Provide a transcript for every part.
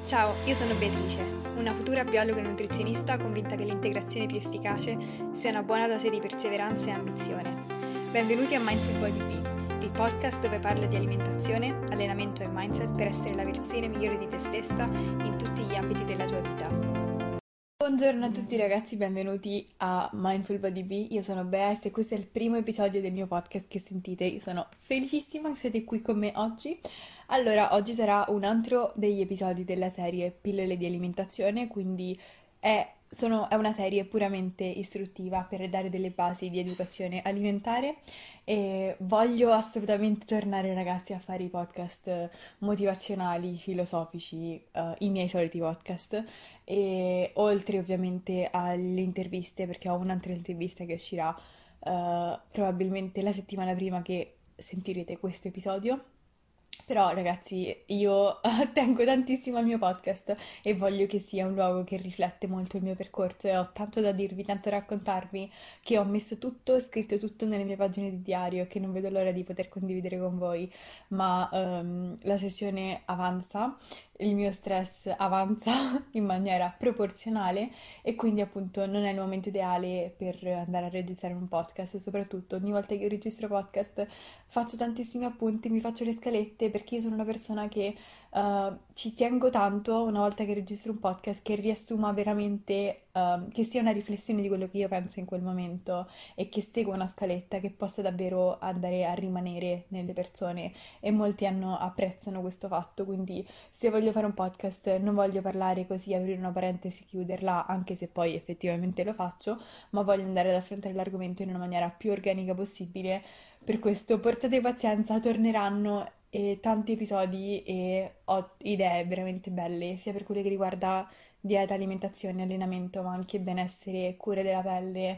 Ciao, io sono Beatrice, una futura biologa e nutrizionista convinta che l'integrazione più efficace sia una buona dose di perseveranza e ambizione. Benvenuti a Mindful Body Bee, il podcast dove parlo di alimentazione, allenamento e mindset per essere la versione migliore di te stessa in tutti gli ambiti della tua vita. Buongiorno a tutti ragazzi, benvenuti a Mindful Body Bee. Io sono Bea e questo è il primo episodio del mio podcast che sentite. Io sono felicissima che siete qui con me oggi. Allora, oggi sarà un altro degli episodi della serie Pillole di alimentazione, quindi è una serie puramente istruttiva per dare delle basi di educazione alimentare e voglio assolutamente tornare ragazzi a fare i podcast motivazionali, filosofici, i miei soliti podcast e oltre ovviamente alle interviste perché ho un'altra intervista che uscirà probabilmente la settimana prima che sentirete questo episodio. Però ragazzi, io tengo tantissimo al mio podcast e voglio che sia un luogo che riflette molto il mio percorso e ho tanto da dirvi, tanto da raccontarvi che ho messo tutto, scritto tutto nelle mie pagine di diario e che non vedo l'ora di poter condividere con voi, ma la sessione avanza, il mio stress avanza in maniera proporzionale e quindi appunto non è il momento ideale per andare a registrare un podcast, soprattutto ogni volta che io registro podcast faccio tantissimi appunti, mi faccio le scalette perché io sono una persona che ci tengo tanto una volta che registro un podcast che riassuma veramente, che sia una riflessione di quello che io penso in quel momento e che segua una scaletta che possa davvero andare a rimanere nelle persone e molti apprezzano questo fatto, quindi se voglio fare un podcast non voglio parlare così, aprire una parentesi, chiuderla, anche se poi effettivamente lo faccio, ma voglio andare ad affrontare l'argomento in una maniera più organica possibile. Per questo portate pazienza, torneranno tanti episodi e ho idee veramente belle, sia per quello che riguarda dieta, alimentazione, allenamento, ma anche benessere, cure della pelle,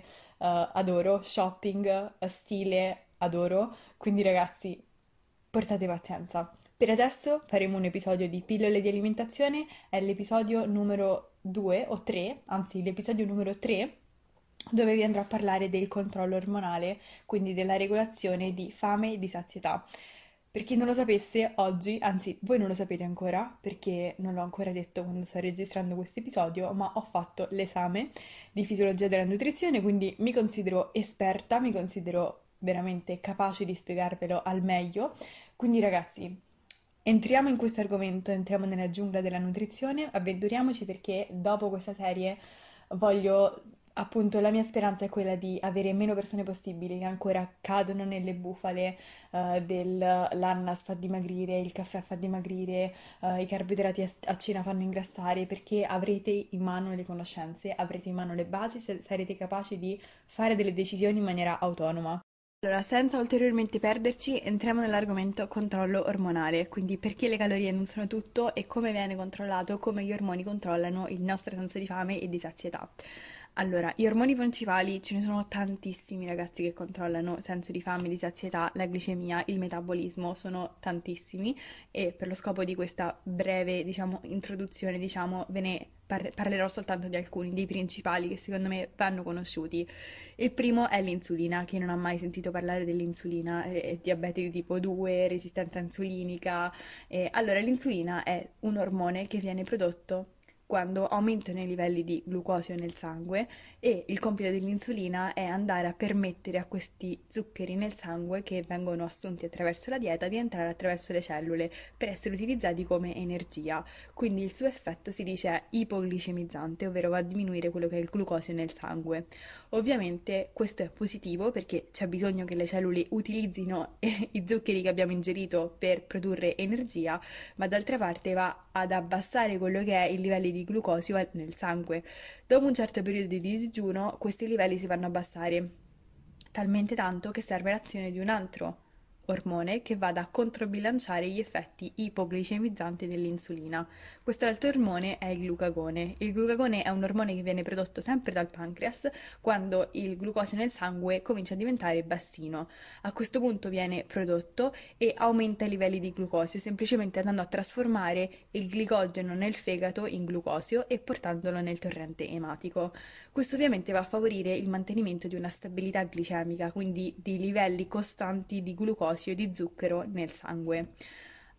adoro, shopping, stile, adoro. Quindi ragazzi, portate pazienza. Per adesso faremo un episodio di pillole di alimentazione, è l'episodio numero 2 o 3, anzi l'episodio numero 3 dove vi andrò a parlare del controllo ormonale, quindi della regolazione di fame e di sazietà. Per chi non lo sapesse, oggi, anzi voi non lo sapete ancora, perché non l'ho ancora detto quando sto registrando questo episodio, ma ho fatto l'esame di fisiologia della nutrizione, quindi mi considero esperta, mi considero veramente capace di spiegarvelo al meglio. Quindi ragazzi, entriamo in questo argomento, entriamo nella giungla della nutrizione, avventuriamoci perché dopo questa serie voglio, appunto, la mia speranza è quella di avere meno persone possibili che ancora cadono nelle bufale del l'ananas fa dimagrire, il caffè fa dimagrire, i carboidrati a cena fanno ingrassare, perché avrete in mano le conoscenze, avrete in mano le basi, sarete capaci di fare delle decisioni in maniera autonoma. Allora, senza ulteriormente perderci, entriamo nell'argomento controllo ormonale, quindi perché le calorie non sono tutto e come viene controllato, come gli ormoni controllano il nostro senso di fame e di sazietà. Allora, gli ormoni principali ce ne sono tantissimi ragazzi che controllano senso di fame, di sazietà, la glicemia, il metabolismo, sono tantissimi e per lo scopo di questa breve, diciamo, introduzione, diciamo, ve ne parlerò soltanto di alcuni, dei principali che secondo me vanno conosciuti. Il primo è l'insulina, chi non ha mai sentito parlare dell'insulina, diabete di tipo 2, resistenza insulinica. Allora, l'insulina è un ormone che viene prodotto quando aumentano i livelli di glucosio nel sangue e il compito dell'insulina è andare a permettere a questi zuccheri nel sangue che vengono assunti attraverso la dieta di entrare attraverso le cellule per essere utilizzati come energia. Quindi il suo effetto si dice è ipoglicemizzante, ovvero va a diminuire quello che è il glucosio nel sangue. Ovviamente questo è positivo perché c'è bisogno che le cellule utilizzino i zuccheri che abbiamo ingerito per produrre energia, ma d'altra parte va ad abbassare quello che è i livelli di glucosio nel sangue. Dopo un certo periodo di digiuno, questi livelli si vanno a abbassare talmente tanto che serve l'azione di un altro ormone che vada a controbilanciare gli effetti ipoglicemizzanti dell'insulina. Quest'altro ormone è il glucagone. Il glucagone è un ormone che viene prodotto sempre dal pancreas quando il glucosio nel sangue comincia a diventare bassino. A questo punto viene prodotto e aumenta i livelli di glucosio, semplicemente andando a trasformare il glicogeno nel fegato in glucosio e portandolo nel torrente ematico. Questo ovviamente va a favorire il mantenimento di una stabilità glicemica, quindi di livelli costanti di glucosio e di zucchero nel sangue.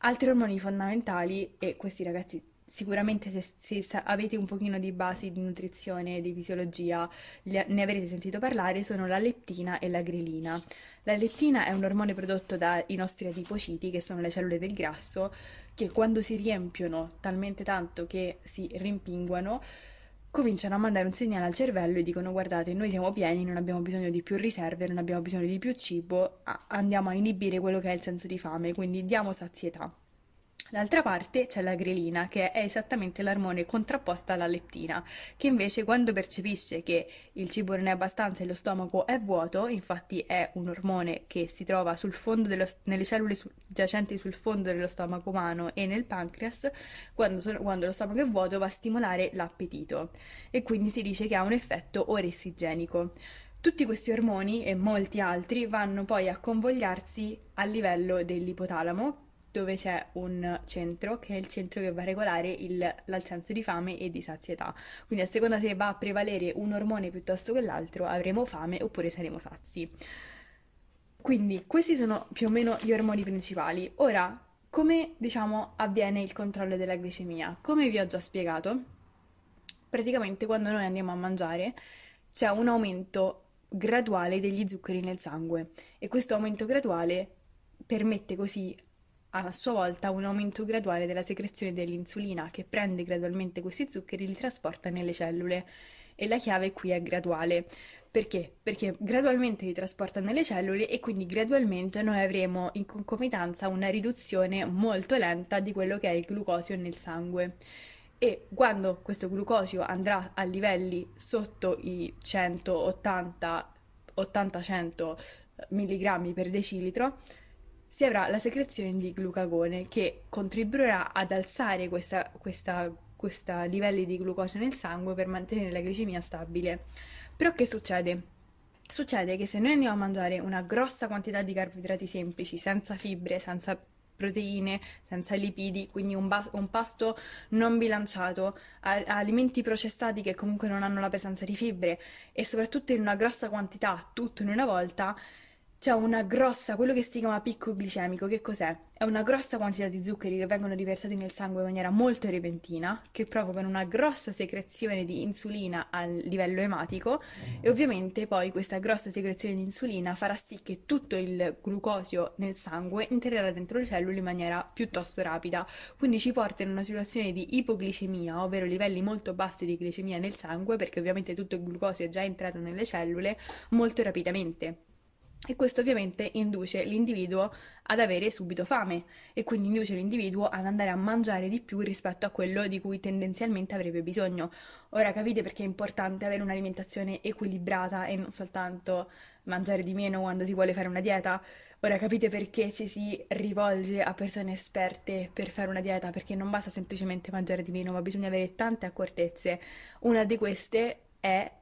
Altri ormoni fondamentali, e questi ragazzi sicuramente se avete un pochino di basi di nutrizione, di fisiologia, ne avrete sentito parlare, sono la leptina e la grelina. La leptina è un ormone prodotto dai nostri adipociti, che sono le cellule del grasso, che quando si riempiono talmente tanto che si rimpinguano, cominciano a mandare un segnale al cervello e dicono: guardate, noi siamo pieni, non abbiamo bisogno di più riserve, non abbiamo bisogno di più cibo, andiamo a inibire quello che è il senso di fame, quindi diamo sazietà. D'altra parte c'è la grelina, che è esattamente l'ormone contrapposta alla leptina, che invece quando percepisce che il cibo non è abbastanza e lo stomaco è vuoto, infatti è un ormone che si trova sul fondo nelle cellule giacenti sul fondo dello stomaco umano e nel pancreas, quando lo stomaco è vuoto va a stimolare l'appetito e quindi si dice che ha un effetto oressigenico. Tutti questi ormoni e molti altri vanno poi a convogliarsi a livello dell'ipotalamo, dove c'è un centro, che è il centro che va a regolare il senso di fame e di sazietà. Quindi a seconda se va a prevalere un ormone piuttosto che l'altro, avremo fame oppure saremo sazi. Quindi questi sono più o meno gli ormoni principali. Ora, come diciamo avviene il controllo della glicemia? Come vi ho già spiegato, praticamente quando noi andiamo a mangiare c'è un aumento graduale degli zuccheri nel sangue e questo aumento graduale permette così a sua volta un aumento graduale della secrezione dell'insulina che prende gradualmente questi zuccheri e li trasporta nelle cellule. E la chiave qui è graduale. Perché? Perché gradualmente li trasporta nelle cellule e quindi gradualmente noi avremo in concomitanza una riduzione molto lenta di quello che è il glucosio nel sangue. E quando questo glucosio andrà a livelli sotto i 180 80-100 mg per decilitro, si avrà la secrezione di glucagone che contribuirà ad alzare questi livelli di glucosio nel sangue per mantenere la glicemia stabile. Però che succede? Succede che se noi andiamo a mangiare una grossa quantità di carboidrati semplici, senza fibre, senza proteine, senza lipidi, quindi un pasto non bilanciato, alimenti processati che comunque non hanno la presenza di fibre e soprattutto in una grossa quantità, tutto in una volta, c'è una grossa, quello che si chiama picco glicemico, che cos'è? È una grossa quantità di zuccheri che vengono riversati nel sangue in maniera molto repentina, che provocano una grossa secrezione di insulina a livello ematico e ovviamente poi questa grossa secrezione di insulina farà sì che tutto il glucosio nel sangue entrerà dentro le cellule in maniera piuttosto rapida, quindi ci porta in una situazione di ipoglicemia, ovvero livelli molto bassi di glicemia nel sangue, perché ovviamente tutto il glucosio è già entrato nelle cellule molto rapidamente. E questo ovviamente induce l'individuo ad avere subito fame e quindi induce l'individuo ad andare a mangiare di più rispetto a quello di cui tendenzialmente avrebbe bisogno. Ora capite perché è importante avere un'alimentazione equilibrata e non soltanto mangiare di meno quando si vuole fare una dieta? Ora capite perché ci si rivolge a persone esperte per fare una dieta? Perché non basta semplicemente mangiare di meno, ma bisogna avere tante accortezze. Una di queste è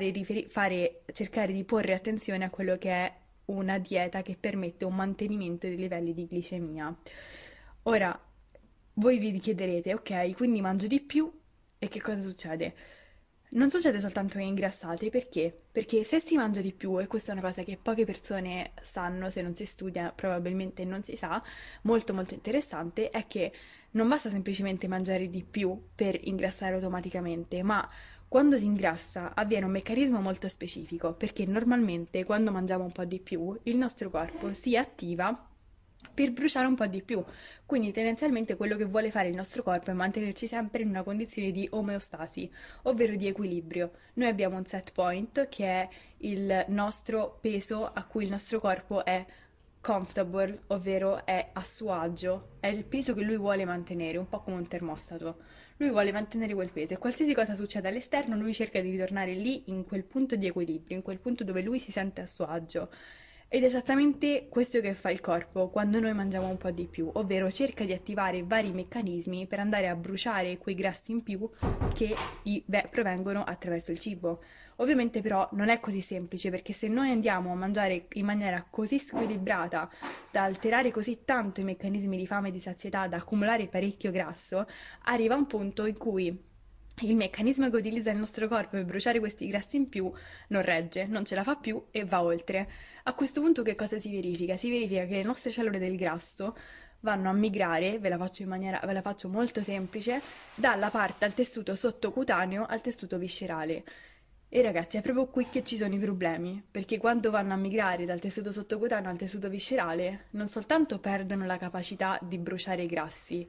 cercare di porre attenzione a quello che è una dieta che permette un mantenimento dei livelli di glicemia. Ora, voi vi chiederete, ok, quindi mangio di più e che cosa succede? Non succede soltanto che ingrassate, perché? Perché se si mangia di più, e questa è una cosa che poche persone sanno, se non si studia probabilmente non si sa, molto molto interessante, è che non basta semplicemente mangiare di più per ingrassare automaticamente, ma quando si ingrassa avviene un meccanismo molto specifico, perché normalmente quando mangiamo un po' di più il nostro corpo si attiva per bruciare un po' di più. Quindi tendenzialmente quello che vuole fare il nostro corpo è mantenerci sempre in una condizione di omeostasi, ovvero di equilibrio. Noi abbiamo un set point che è il nostro peso a cui il nostro corpo è comfortable, ovvero è a suo agio, è il peso che lui vuole mantenere, un po' come un termostato. Lui vuole mantenere quel peso e qualsiasi cosa succeda all'esterno, lui cerca di ritornare lì in quel punto di equilibrio, in quel punto dove lui si sente a suo agio. Ed è esattamente questo che fa il corpo quando noi mangiamo un po' di più, ovvero cerca di attivare vari meccanismi per andare a bruciare quei grassi in più che provengono attraverso il cibo. Ovviamente però non è così semplice perché se noi andiamo a mangiare in maniera così squilibrata, da alterare così tanto i meccanismi di fame e di sazietà, da accumulare parecchio grasso, arriva un punto in cui il meccanismo che utilizza il nostro corpo per bruciare questi grassi in più non regge, non ce la fa più e va oltre. A questo punto che cosa si verifica? Si verifica che le nostre cellule del grasso vanno a migrare, ve la faccio molto semplice, dalla parte al tessuto sottocutaneo al tessuto viscerale. E ragazzi, è proprio qui che ci sono i problemi, perché quando vanno a migrare dal tessuto sottocutaneo al tessuto viscerale, non soltanto perdono la capacità di bruciare i grassi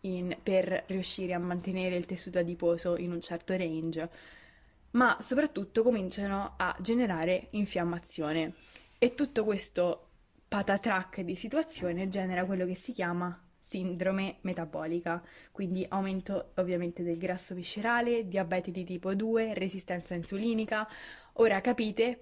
per riuscire a mantenere il tessuto adiposo in un certo range, ma soprattutto cominciano a generare infiammazione. E tutto questo patatrack di situazione genera quello che si chiama sindrome metabolica, quindi aumento ovviamente del grasso viscerale, diabete di tipo 2, resistenza insulinica. Ora capite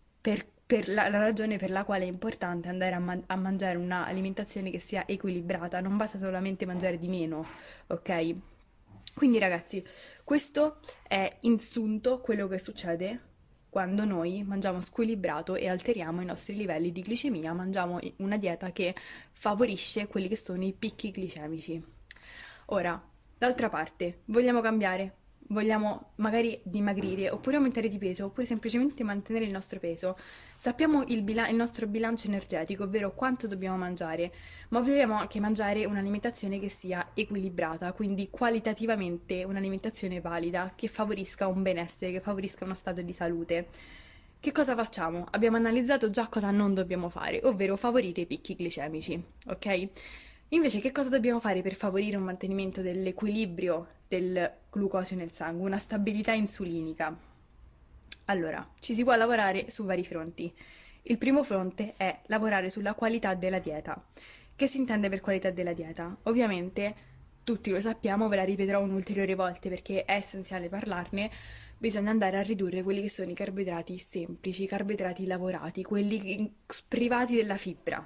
per la ragione per la quale è importante andare a mangiare un'alimentazione che sia equilibrata, non basta solamente mangiare di meno, ok? Quindi ragazzi, questo è in sunto quello che succede quando noi mangiamo squilibrato e alteriamo i nostri livelli di glicemia, mangiamo una dieta che favorisce quelli che sono i picchi glicemici. Ora, d'altra parte, vogliamo cambiare? Vogliamo magari dimagrire, oppure aumentare di peso, oppure semplicemente mantenere il nostro peso. Sappiamo il nostro bilancio energetico, ovvero quanto dobbiamo mangiare, ma vogliamo anche mangiare un'alimentazione che sia equilibrata, quindi qualitativamente un'alimentazione valida, che favorisca un benessere, che favorisca uno stato di salute. Che cosa facciamo? Abbiamo analizzato già cosa non dobbiamo fare, ovvero favorire i picchi glicemici, ok? Invece, che cosa dobbiamo fare per favorire un mantenimento dell'equilibrio del glucosio nel sangue, una stabilità insulinica? Allora, ci si può lavorare su vari fronti. Il primo fronte è lavorare sulla qualità della dieta. Che si intende per qualità della dieta? Ovviamente, tutti lo sappiamo, ve la ripeterò un'ulteriore volta perché è essenziale parlarne, bisogna andare a ridurre quelli che sono i carboidrati semplici, i carboidrati lavorati, privati della fibra,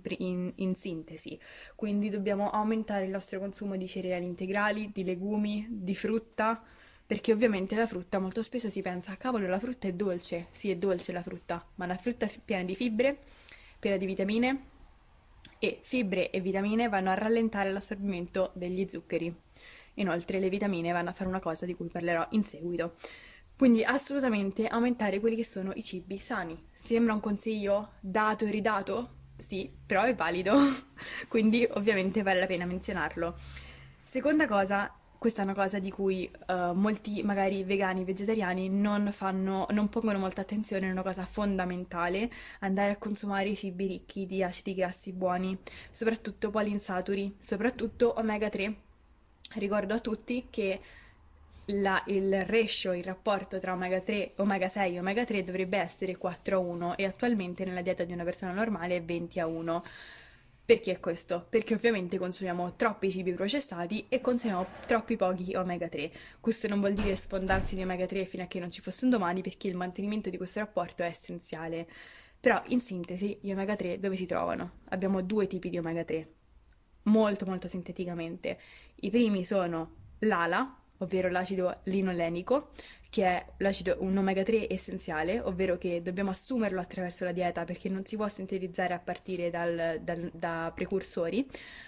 in sintesi. Quindi dobbiamo aumentare il nostro consumo di cereali integrali, di legumi, di frutta, perché ovviamente la frutta molto spesso si pensa, cavolo, la frutta è dolce. Sì, è dolce la frutta, ma la frutta è piena di fibre, piena di vitamine e fibre e vitamine vanno a rallentare l'assorbimento degli zuccheri. Inoltre le vitamine vanno a fare una cosa di cui parlerò in seguito. Quindi assolutamente aumentare quelli che sono i cibi sani. Sembra un consiglio dato e ridato? Sì, però è valido, quindi ovviamente vale la pena menzionarlo. Seconda cosa, questa è una cosa di cui molti magari vegani, vegetariani non pongono molta attenzione, è una cosa fondamentale, andare a consumare i cibi ricchi di acidi grassi buoni, soprattutto poliinsaturi, soprattutto omega 3. Ricordo a tutti che il ratio, il rapporto tra omega 3, omega 6 e omega 3 dovrebbe essere 4 a 1 e attualmente nella dieta di una persona normale è 20 a 1. Perché è questo? Perché ovviamente consumiamo troppi cibi processati e consumiamo troppi pochi omega 3. Questo non vuol dire sfondarsi di omega 3 fino a che non ci fosse un domani, perché il mantenimento di questo rapporto è essenziale. Però, in sintesi, gli omega 3 dove si trovano? Abbiamo due tipi di omega 3, molto molto sinteticamente. I primi sono l'ALA, ovvero l'acido linolenico, che è un omega 3 essenziale, ovvero che dobbiamo assumerlo attraverso la dieta perché non si può sintetizzare a partire da precursori,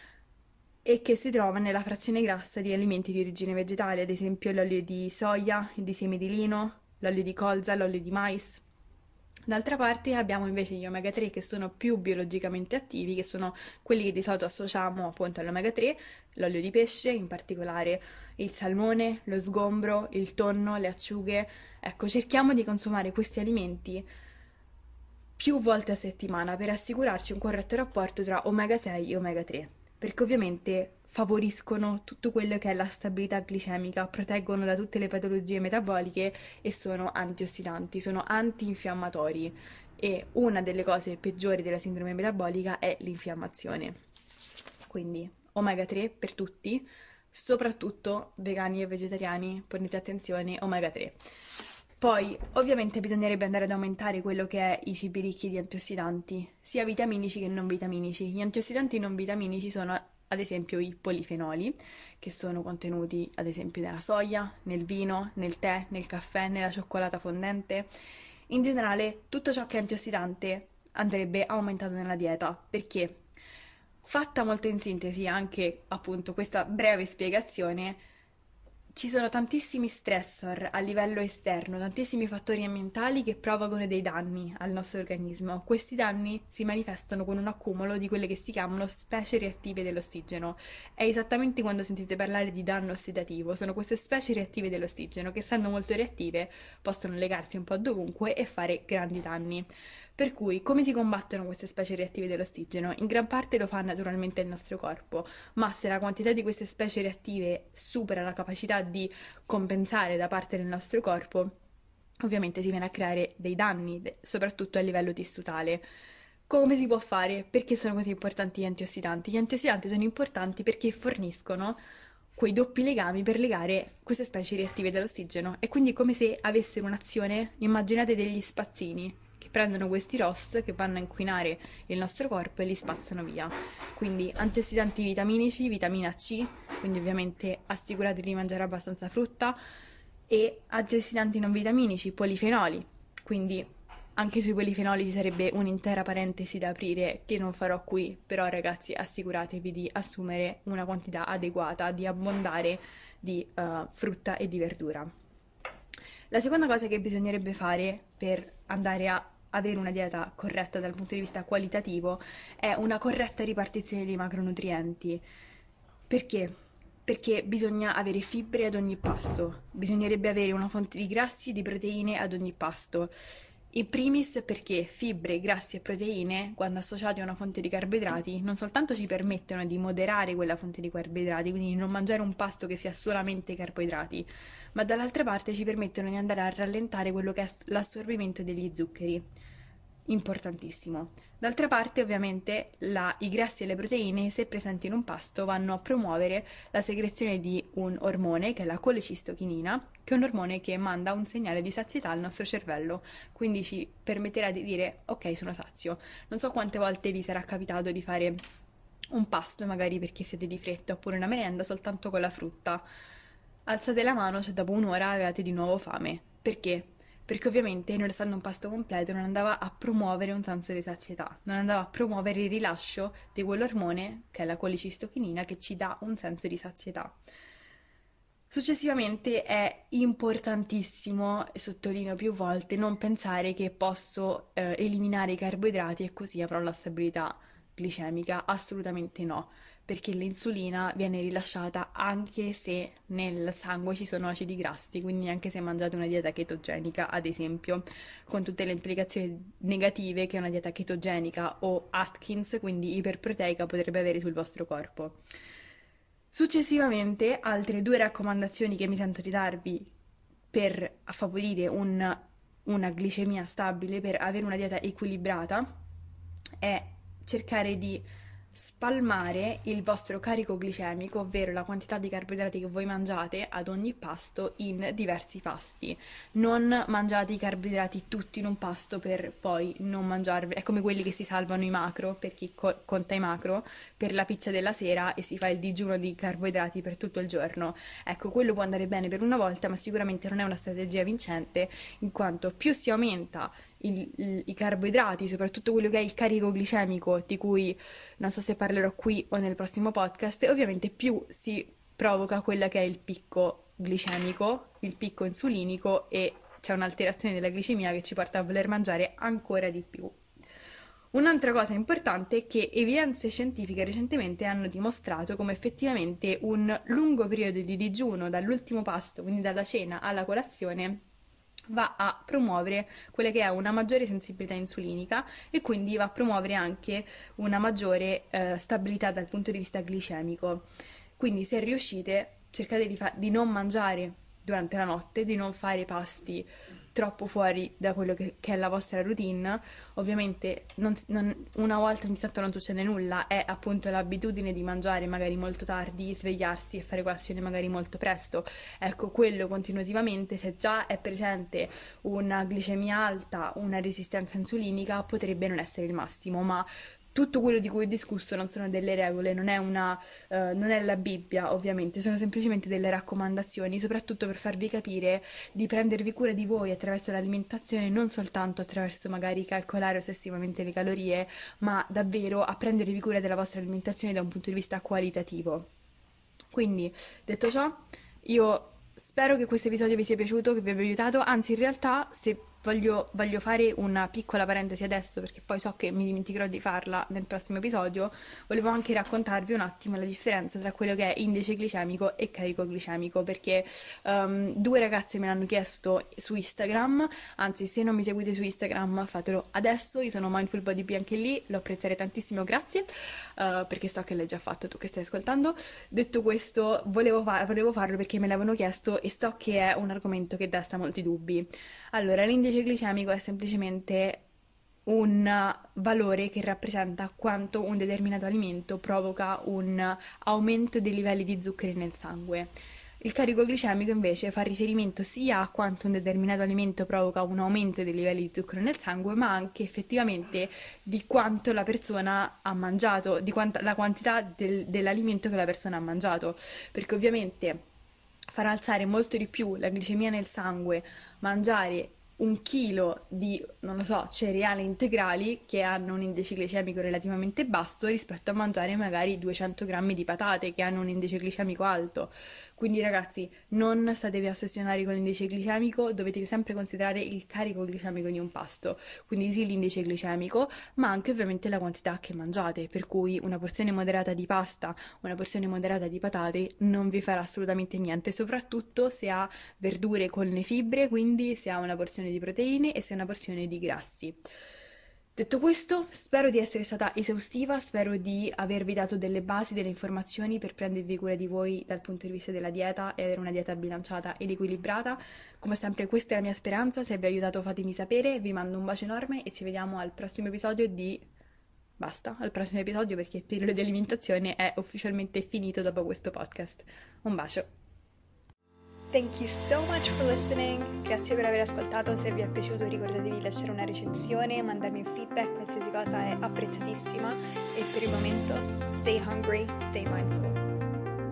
e che si trova nella frazione grassa di alimenti di origine vegetale, ad esempio l'olio di soia, di semi di lino, l'olio di colza, l'olio di mais. D'altra parte abbiamo invece gli omega 3 che sono più biologicamente attivi, che sono quelli che di solito associamo appunto all'omega 3, l'olio di pesce, in particolare il salmone, lo sgombro, il tonno, le acciughe. Ecco, cerchiamo di consumare questi alimenti più volte a settimana per assicurarci un corretto rapporto tra omega 6 e omega 3, perché ovviamente favoriscono tutto quello che è la stabilità glicemica, proteggono da tutte le patologie metaboliche e sono antiossidanti, sono antinfiammatori, e una delle cose peggiori della sindrome metabolica è l'infiammazione. Quindi omega 3 per tutti, soprattutto vegani e vegetariani, ponete attenzione, omega 3. Poi, ovviamente, bisognerebbe andare ad aumentare quello che è i cibi ricchi di antiossidanti, sia vitaminici che non vitaminici. Gli antiossidanti non vitaminici sono, ad esempio, i polifenoli, che sono contenuti, ad esempio, nella soia, nel vino, nel tè, nel caffè, nella cioccolata fondente. In generale, tutto ciò che è antiossidante andrebbe aumentato nella dieta. Perché? Fatta molto in sintesi anche appunto questa breve spiegazione, ci sono tantissimi stressor a livello esterno, tantissimi fattori ambientali che provocano dei danni al nostro organismo. Questi danni si manifestano con un accumulo di quelle che si chiamano specie reattive dell'ossigeno. È esattamente quando sentite parlare di danno ossidativo, sono queste specie reattive dell'ossigeno che, essendo molto reattive, possono legarsi un po' dovunque e fare grandi danni. Per cui, come si combattono queste specie reattive dell'ossigeno? In gran parte lo fa naturalmente il nostro corpo, ma se la quantità di queste specie reattive supera la capacità di compensare da parte del nostro corpo, ovviamente si viene a creare dei danni, soprattutto a livello tissutale. Come si può fare? Perché sono così importanti gli antiossidanti? Gli antiossidanti sono importanti perché forniscono quei doppi legami per legare queste specie reattive dell'ossigeno. E quindi è come se avessero un'azione, immaginate degli spazzini che prendono questi ROS che vanno a inquinare il nostro corpo e li spazzano via. Quindi antiossidanti vitaminici, vitamina C, quindi ovviamente assicuratevi di mangiare abbastanza frutta, e antiossidanti non vitaminici, polifenoli, quindi anche sui polifenoli ci sarebbe un'intera parentesi da aprire che non farò qui, però ragazzi assicuratevi di assumere una quantità adeguata, di abbondare di frutta e di verdura. La seconda cosa che bisognerebbe fare per andare a avere una dieta corretta dal punto di vista qualitativo è una corretta ripartizione dei macronutrienti. Perché? Perché bisogna avere fibre ad ogni pasto, bisognerebbe avere una fonte di grassi e di proteine ad ogni pasto. In primis perché fibre, grassi e proteine, quando associati a una fonte di carboidrati, non soltanto ci permettono di moderare quella fonte di carboidrati, quindi di non mangiare un pasto che sia solamente carboidrati, ma dall'altra parte ci permettono di andare a rallentare quello che è l'assorbimento degli zuccheri. Importantissimo. D'altra parte, ovviamente, i grassi e le proteine, se presenti in un pasto, vanno a promuovere la secrezione di un ormone, che è la colecistochinina, che è un ormone che manda un segnale di sazietà al nostro cervello, quindi ci permetterà di dire ok, sono sazio. Non so quante volte vi sarà capitato di fare un pasto, magari perché siete di fretta, oppure una merenda soltanto con la frutta. Alzate la mano se dopo un'ora avevate di nuovo fame. Perché? Perché ovviamente, non essendo un pasto completo, non andava a promuovere un senso di sazietà, non andava a promuovere il rilascio di quell'ormone, che è la colecistochinina, che ci dà un senso di sazietà. Successivamente è importantissimo, e sottolineo più volte, non pensare che posso eliminare i carboidrati e così avrò la stabilità glicemica. Assolutamente no, perché l'insulina viene rilasciata anche se nel sangue ci sono acidi grassi, quindi anche se mangiate una dieta chetogenica, ad esempio, con tutte le implicazioni negative che una dieta chetogenica o Atkins, quindi iperproteica, potrebbe avere sul vostro corpo. Successivamente, altre due raccomandazioni che mi sento di darvi per favorire una glicemia stabile, per avere una dieta equilibrata, è cercare di spalmare il vostro carico glicemico, ovvero la quantità di carboidrati che voi mangiate ad ogni pasto, in diversi pasti. Non mangiate i carboidrati tutti in un pasto per poi non mangiarvi. È come quelli che si salvano i macro, per chi conta i macro, per la pizza della sera e si fa il digiuno di carboidrati per tutto il giorno. Ecco, quello può andare bene per una volta, ma sicuramente non è una strategia vincente, in quanto più si aumenta i carboidrati, soprattutto quello che è il carico glicemico, di cui non so se parlerò qui o nel prossimo podcast, e ovviamente più si provoca quella che è il picco glicemico, il picco insulinico, e c'è un'alterazione della glicemia che ci porta a voler mangiare ancora di più. Un'altra cosa importante è che evidenze scientifiche recentemente hanno dimostrato come effettivamente un lungo periodo di digiuno dall'ultimo pasto, quindi dalla cena alla colazione, va a promuovere quella che è una maggiore sensibilità insulinica e quindi va a promuovere anche una maggiore stabilità dal punto di vista glicemico. Quindi se riuscite, cercate di non mangiare durante la notte, di non fare pasti troppo fuori da quello che è la vostra routine. Ovviamente una volta ogni tanto non succede nulla, è appunto l'abitudine di mangiare magari molto tardi, svegliarsi e fare colazione magari molto presto. Ecco, quello continuativamente, se già è presente una glicemia alta, una resistenza insulinica, potrebbe non essere il massimo, ma tutto quello di cui ho discusso non sono delle regole, non è la Bibbia, ovviamente, sono semplicemente delle raccomandazioni, soprattutto per farvi capire di prendervi cura di voi attraverso l'alimentazione, non soltanto attraverso magari calcolare ossessivamente le calorie, ma davvero a prendervi cura della vostra alimentazione da un punto di vista qualitativo. Quindi, detto ciò, io spero che questo episodio vi sia piaciuto, che vi abbia aiutato, anzi in realtà se voglio fare una piccola parentesi adesso perché poi so che mi dimenticherò di farla nel prossimo episodio, volevo anche raccontarvi un attimo la differenza tra quello che è indice glicemico e carico glicemico, perché due ragazze me l'hanno chiesto su Instagram, anzi se non mi seguite su Instagram fatelo adesso, io sono Mindful Body P anche lì, lo apprezzerei tantissimo, grazie, perché so che l'hai già fatto tu che stai ascoltando. Detto questo, volevo farlo perché me l'avevano chiesto e so che è un argomento che desta molti dubbi. Allora, l'indice glicemico è semplicemente un valore che rappresenta quanto un determinato alimento provoca un aumento dei livelli di zuccheri nel sangue. Il carico glicemico invece fa riferimento sia a quanto un determinato alimento provoca un aumento dei livelli di zucchero nel sangue, ma anche effettivamente di quanto la persona ha mangiato, la quantità dell'alimento che la persona ha mangiato, perché ovviamente farà alzare molto di più la glicemia nel sangue mangiare 1 chilo di, non lo so, cereali integrali che hanno un indice glicemico relativamente basso rispetto a mangiare magari 200 grammi di patate che hanno un indice glicemico alto. Quindi ragazzi, non statevi a ossessionare con l'indice glicemico, dovete sempre considerare il carico glicemico di un pasto. Quindi sì l'indice glicemico, ma anche ovviamente la quantità che mangiate, per cui una porzione moderata di pasta, una porzione moderata di patate non vi farà assolutamente niente, soprattutto se ha verdure con le fibre, quindi se ha una porzione di proteine e se ha una porzione di grassi. Detto questo, spero di essere stata esaustiva, spero di avervi dato delle basi, delle informazioni per prendervi cura di voi dal punto di vista della dieta e avere una dieta bilanciata ed equilibrata. Come sempre questa è la mia speranza, se vi ha aiutato fatemi sapere, vi mando un bacio enorme e ci vediamo al prossimo episodio di... Basta, al prossimo episodio perché il periodo di alimentazione è ufficialmente finito dopo questo podcast. Un bacio! Thank you so much for listening. Grazie per aver ascoltato. Se vi è piaciuto ricordatevi di lasciare una recensione, mandarmi un feedback, qualsiasi cosa è apprezzatissima. E per il momento, stay hungry, stay mindful.